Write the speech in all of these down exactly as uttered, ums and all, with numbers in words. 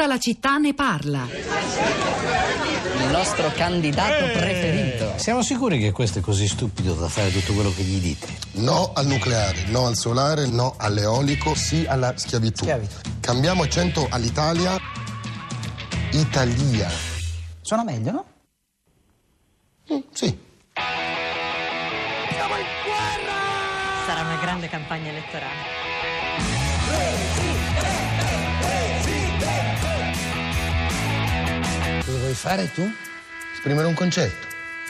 Tutta la città ne parla. Il nostro candidato preferito. Siamo sicuri che questo è così stupido da fare tutto quello che gli dite? No al nucleare, no al solare, no all'eolico, sì alla schiavitù. Schiavitù. Cambiamo accento all'Italia. Italia. Suona meglio, no? Mm, sì. Sarà una grande campagna elettorale. Cosa vuoi fare tu? Esprimere un concetto.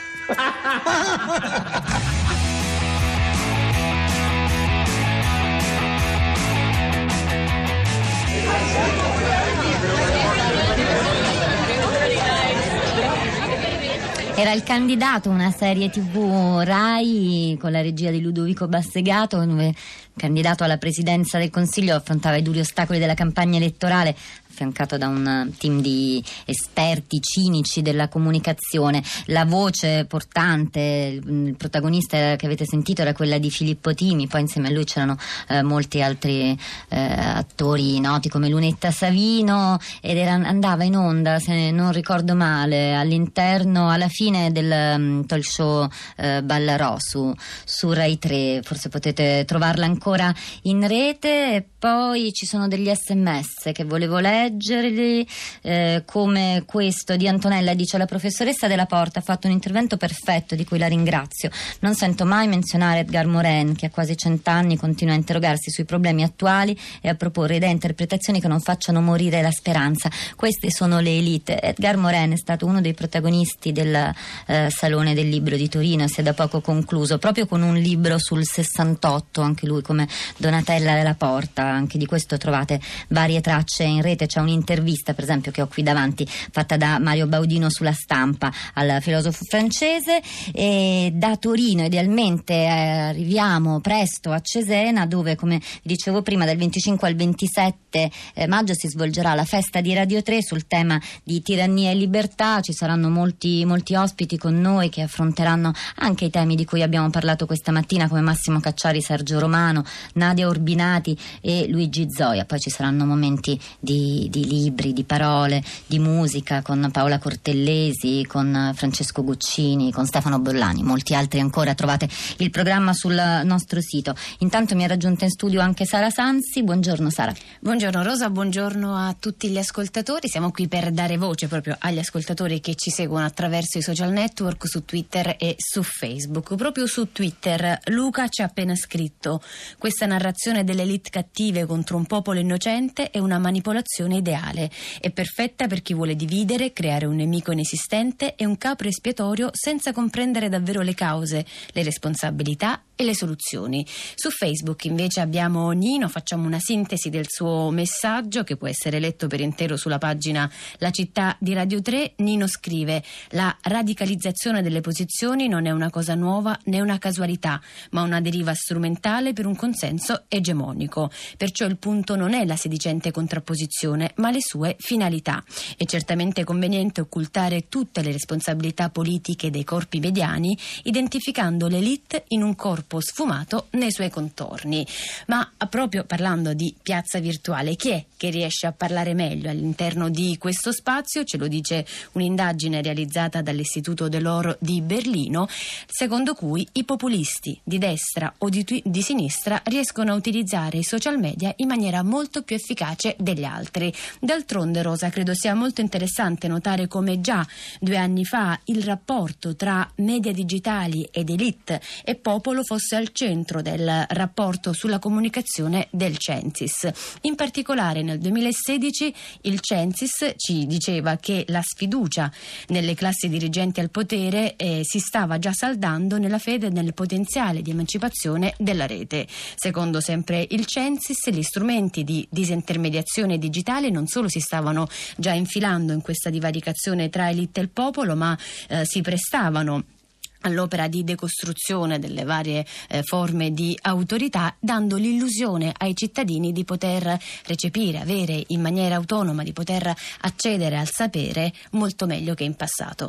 Era Il candidato, una serie tivù Rai con la regia di Ludovico Bassegato, dove il candidato alla presidenza del Consiglio affrontava i duri ostacoli della campagna elettorale, affiancato da un team di esperti cinici della comunicazione. La voce portante, il protagonista che avete sentito era quella di Filippo Timi, poi insieme a lui c'erano eh, molti altri eh, attori noti come Lunetta Savino, ed era, andava in onda, se non ricordo male, all'interno, alla fine del um, talk show eh, Ballarò su, su Rai tre, forse potete trovarla ancora in rete. E poi ci sono degli sms che volevo leggere. leggerli eh, come questo di Antonella. Dice: la professoressa Della Porta ha fatto un intervento perfetto di cui la ringrazio. Non sento mai menzionare Edgar Morin, che a quasi cent'anni continua a interrogarsi sui problemi attuali e a proporre idee e interpretazioni che non facciano morire la speranza. Queste sono le elite. Edgar Morin è stato uno dei protagonisti del eh, Salone del Libro di Torino, si è da poco concluso, proprio con un libro sul sessantotto, anche lui come Donatella Della Porta. Anche di questo trovate varie tracce in rete. C'è un'intervista, per esempio, che ho qui davanti, fatta da Mario Baudino sulla Stampa al filosofo francese. E da Torino idealmente eh, arriviamo presto a Cesena, dove, come vi dicevo prima, dal venticinque al ventisette eh, maggio si svolgerà la festa di Radio tre sul tema di tirannia e libertà. Ci saranno molti, molti ospiti con noi che affronteranno anche i temi di cui abbiamo parlato questa mattina, come Massimo Cacciari, Sergio Romano, Nadia Urbinati e Luigi Zoia. Poi ci saranno momenti di di libri, di parole, di musica con Paola Cortellesi, con Francesco Guccini, con Stefano Bollani, molti altri ancora. Trovate il programma sul nostro sito. Intanto mi è raggiunta in studio anche Sara Sansi. Buongiorno Sara. Buongiorno Rosa, buongiorno a tutti gli ascoltatori. Siamo qui per dare voce proprio agli ascoltatori che ci seguono attraverso i social network, su Twitter e su Facebook. Proprio su Twitter Luca ci ha appena scritto: questa narrazione delle elite cattive contro un popolo innocente è una manipolazione ideale, è perfetta per chi vuole dividere, creare un nemico inesistente e un capro espiatorio senza comprendere davvero le cause, le responsabilità e le soluzioni. Su Facebook invece abbiamo Nino. Facciamo una sintesi del suo messaggio che può essere letto per intero sulla pagina La Città di Radio tre. Nino scrive: la radicalizzazione delle posizioni non è una cosa nuova né una casualità, ma una deriva strumentale per un consenso egemonico. Perciò il punto non è la sedicente contrapposizione, ma le sue finalità. È certamente conveniente occultare tutte le responsabilità politiche dei corpi mediani, identificando l'elite in un corpo sfumato nei suoi contorni. Ma proprio parlando di piazza virtuale, chi è che riesce a parlare meglio all'interno di questo spazio? Ce lo dice un'indagine realizzata dall'Istituto dell'Oro di Berlino, secondo cui i populisti di destra o di, di sinistra riescono a utilizzare i social media in maniera molto più efficace degli altri. D'altronde, Rosa, credo sia molto interessante notare come già due anni fa il rapporto tra media digitali ed elite e popolo fosse al centro del rapporto sulla comunicazione del Censis. In particolare nel duemilasedici il Censis ci diceva che la sfiducia nelle classi dirigenti al potere eh, si stava già saldando nella fede nel potenziale di emancipazione della rete. Secondo sempre il Censis, gli strumenti di disintermediazione digitale non solo si stavano già infilando in questa divaricazione tra elite e il popolo, ma eh, si prestavano all'opera di decostruzione delle varie eh, forme di autorità, dando l'illusione ai cittadini di poter recepire, avere in maniera autonoma, di poter accedere al sapere molto meglio che in passato.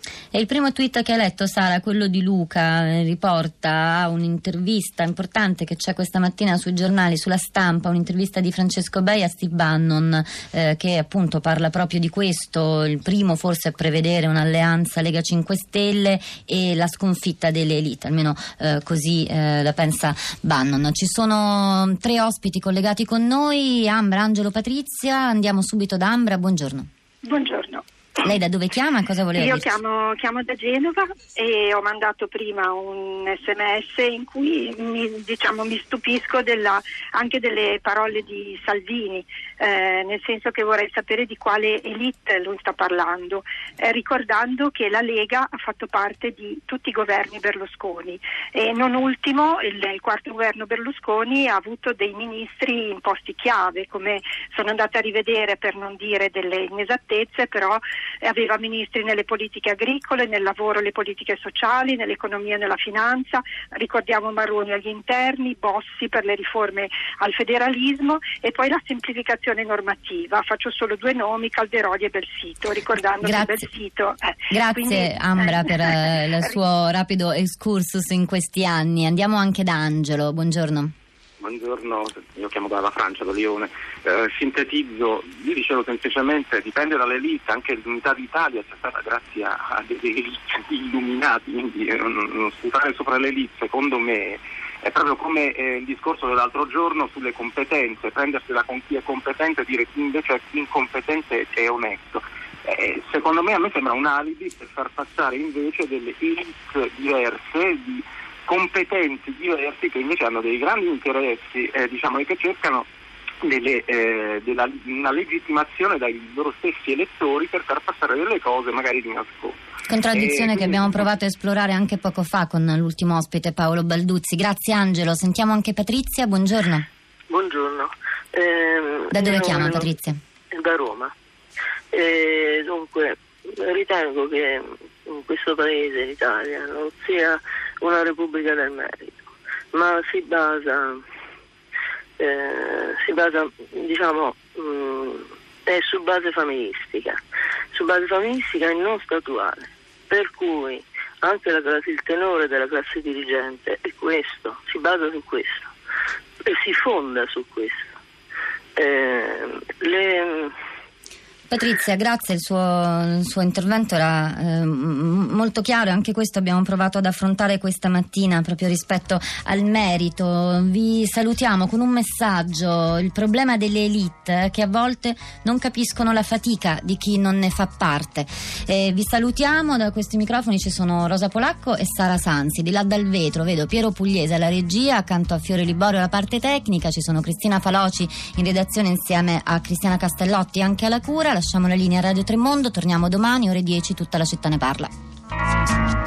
E il primo tweet che hai letto, Sara, quello di Luca, eh, riporta un'intervista importante che c'è questa mattina sui giornali, sulla Stampa, un'intervista di Francesco Bei a Steve Bannon, eh, che appunto parla proprio di questo, il primo forse a prevedere un'alleanza Lega cinque Stelle e la sconfitta delle elite, almeno eh, così eh, la pensa Bannon. Ci sono tre ospiti collegati con noi, Ambra, Angelo, Patrizia. Andiamo subito da Ambra, buongiorno. Buongiorno. Lei da dove chiama? Cosa voleva Io dirci? chiamo, chiamo da Genova e ho mandato prima un sms in cui mi, diciamo, mi stupisco della, anche delle parole di Salvini, eh, nel senso che vorrei sapere di quale elite lui sta parlando, eh, ricordando che la Lega ha fatto parte di tutti i governi Berlusconi e non ultimo il, il quarto governo Berlusconi ha avuto dei ministri in posti chiave, come sono andata a rivedere per non dire delle inesattezze, però aveva ministri nelle politiche agricole, nel lavoro, le politiche sociali, nell'economia e nella finanza, ricordiamo Maroni agli interni, Bossi per le riforme al federalismo e poi la semplificazione normativa. Faccio solo due nomi, Calderoli e Belsito, ricordando Grazie. che Belsito... Eh, Grazie quindi, Ambra eh, per eh, il suo rapido excursus in questi anni. Andiamo anche da Angelo, buongiorno. Buongiorno, io chiamo dalla Francia, da Lione. Eh, sintetizzo, io dicevo semplicemente dipende dall'elite, anche l'unità d'Italia c'è stata grazie a delle elite illuminati, quindi eh, non, non sputare sopra l'elite, secondo me è proprio come eh, il discorso dell'altro giorno sulle competenze, prendersela con chi è competente e dire chi invece è incompetente e onesto. Eh, secondo me a me sembra un alibi per far passare invece delle elite diverse, di competenti diversi che invece hanno dei grandi interessi eh, diciamo, e che cercano delle, eh, della, una legittimazione dai loro stessi elettori per far passare delle cose magari di nascosto. Contraddizione eh, che abbiamo provato a esplorare anche poco fa con l'ultimo ospite Paolo Balduzzi. Grazie Angelo, sentiamo anche Patrizia, buongiorno. Buongiorno. Eh, Da dove io, chiama Patrizia? Da Roma. Eh, dunque ritengo che in questo paese, l'Italia, non sia una repubblica del merito, ma si basa, eh, si basa diciamo, mh, è su base familistica, su base familistica e non statuale, per cui anche la, il tenore della classe dirigente è questo, si basa su questo e si fonda su questo. Eh, le Patrizia, grazie, il suo, il suo intervento era eh, molto chiaro e anche questo abbiamo provato ad affrontare questa mattina proprio rispetto al merito. Vi salutiamo con un messaggio: il problema delle elite che a volte non capiscono la fatica di chi non ne fa parte. Eh, vi salutiamo, da questi microfoni ci sono Rosa Polacco e Sara Sanzi, di là dal vetro vedo Piero Pugliese alla regia, accanto a Fiore Liborio alla parte tecnica, ci sono Cristina Faloci in redazione insieme a Cristiana Castellotti anche alla cura. Lasciamo la linea a Radio Tremondo, torniamo domani ore dieci, tutta la città ne parla.